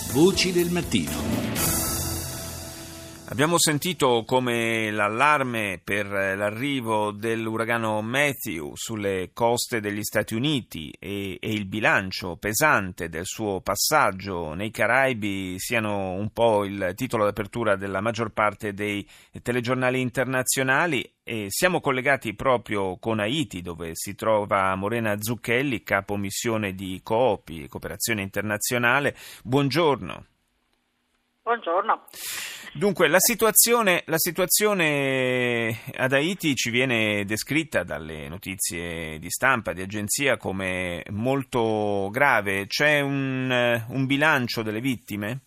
Voci del mattino. Abbiamo sentito come l'allarme per l'arrivo dell'uragano Matthew sulle coste degli Stati Uniti e il bilancio pesante del suo passaggio nei Caraibi siano un po' il titolo d'apertura della maggior parte dei telegiornali internazionali. E siamo collegati proprio con Haiti, dove si trova Morena Zucchelli, capo missione di Cooperazione Internazionale. Buongiorno. Buongiorno. Dunque, la situazione ad Haiti ci viene descritta dalle notizie di stampa, di agenzia, come molto grave. C'è un bilancio delle vittime?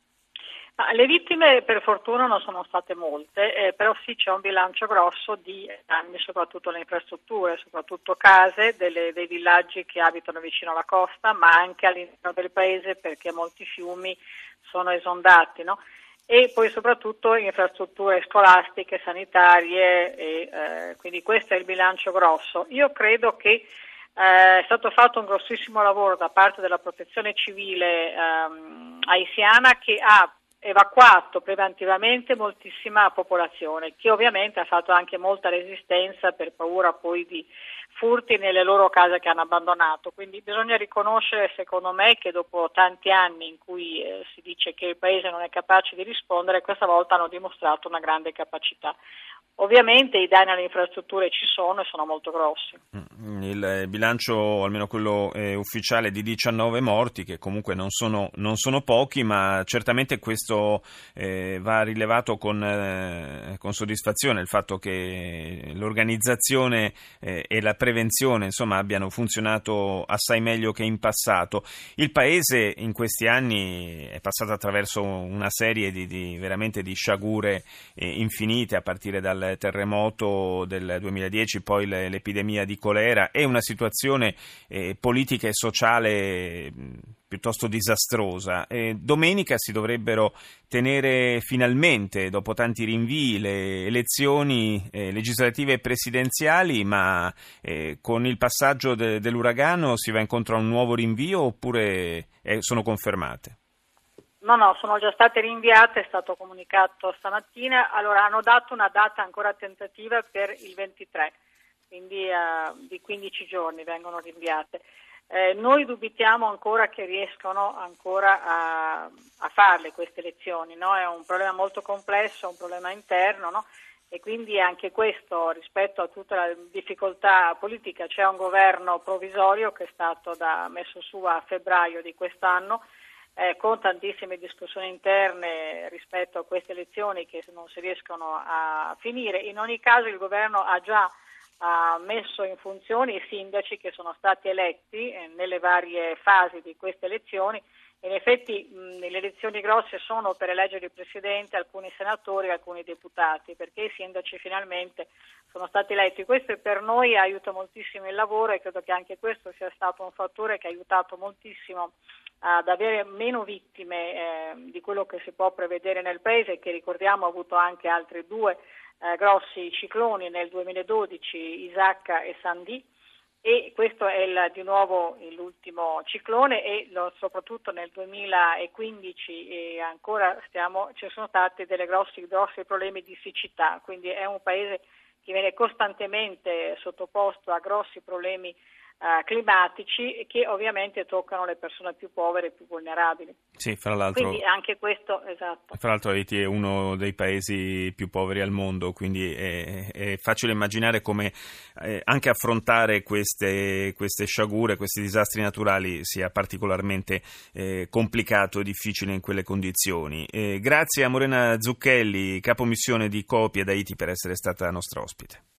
Le vittime per fortuna non sono state molte, però sì c'è un bilancio grosso di danni soprattutto alle infrastrutture, soprattutto case dei villaggi che abitano vicino alla costa, ma anche all'interno del paese perché molti fiumi sono esondati, no? E poi soprattutto infrastrutture scolastiche, sanitarie, quindi questo è il bilancio grosso. Io credo che è stato fatto un grossissimo lavoro da parte della protezione civile haitiana, che ha evacuato preventivamente moltissima popolazione, che ovviamente ha fatto anche molta resistenza per paura poi di furti nelle loro case che hanno abbandonato. Quindi bisogna riconoscere, secondo me, che dopo tanti anni in cui si dice che il paese non è capace di rispondere, questa volta hanno dimostrato una grande capacità. Ovviamente i danni alle infrastrutture ci sono e sono molto grossi. Il bilancio, almeno quello ufficiale, di 19 morti, che comunque non sono pochi, ma certamente questo va rilevato con soddisfazione, il fatto che l'organizzazione e la prevenzione, insomma, abbiano funzionato assai meglio che in passato. Il paese in questi anni è passato attraverso una serie veramente di sciagure infinite, a partire dal terremoto del 2010, poi l'epidemia di colera e una situazione politica e sociale piuttosto disastrosa. Domenica si dovrebbero tenere finalmente, dopo tanti rinvii, le elezioni legislative e presidenziali, ma con il passaggio dell'uragano si va incontro a un nuovo rinvio oppure sono confermate? No, sono già state rinviate, è stato comunicato stamattina. Allora, hanno dato una data ancora tentativa per il 23, quindi di 15 giorni vengono rinviate. Noi dubitiamo ancora che riescano ancora a farle queste elezioni, no? È un problema molto complesso, è un problema interno, no? E quindi anche questo, rispetto a tutta la difficoltà politica, c'è un governo provvisorio che è stato messo su a febbraio di quest'anno, con tantissime discussioni interne rispetto a queste elezioni che non si riescono a finire. In ogni caso il governo ha già messo in funzione i sindaci che sono stati eletti nelle varie fasi di queste elezioni. In effetti le elezioni grosse sono per eleggere il presidente, alcuni senatori e alcuni deputati, perché i sindaci finalmente sono stati eletti. Questo per noi aiuta moltissimo il lavoro e credo che anche questo sia stato un fattore che ha aiutato moltissimo ad avere meno vittime di quello che si può prevedere nel paese, che ricordiamo ha avuto anche altri due grossi cicloni nel 2012, Isacca e Sandy, e questo è di nuovo l'ultimo ciclone, e soprattutto nel 2015 e ancora ci sono stati dei grossi problemi di siccità, quindi è un paese che viene costantemente sottoposto a grossi problemi climatici che ovviamente toccano le persone più povere e più vulnerabili. Sì, fra l'altro. Quindi anche questo, esatto. Fra l'altro Haiti è uno dei paesi più poveri al mondo, quindi è facile immaginare come anche affrontare queste sciagure, questi disastri naturali sia particolarmente complicato e difficile in quelle condizioni. Grazie a Morena Zucchelli, capo missione di Coopy ad Haiti, per essere stata nostra ospite.